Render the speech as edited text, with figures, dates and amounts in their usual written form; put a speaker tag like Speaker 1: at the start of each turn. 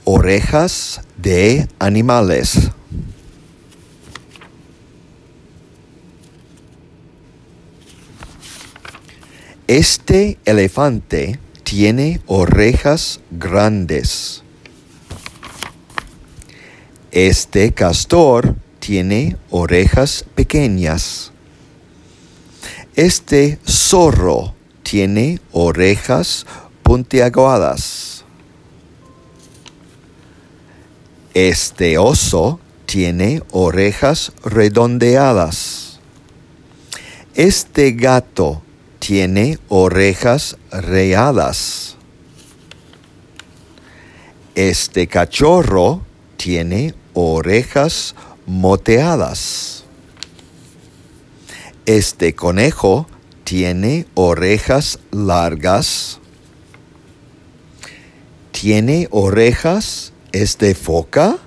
Speaker 1: Orejas de animales. Este elefante tiene orejas grandes. Este castor tiene orejas pequeñas. Este zorro tiene orejas puntiagudas. Este oso tiene orejas redondeadas. Este gato tiene orejas rayadas. Este cachorro tiene orejas moteadas. Este conejo tiene orejas largas. ¿Tiene orejas este foca?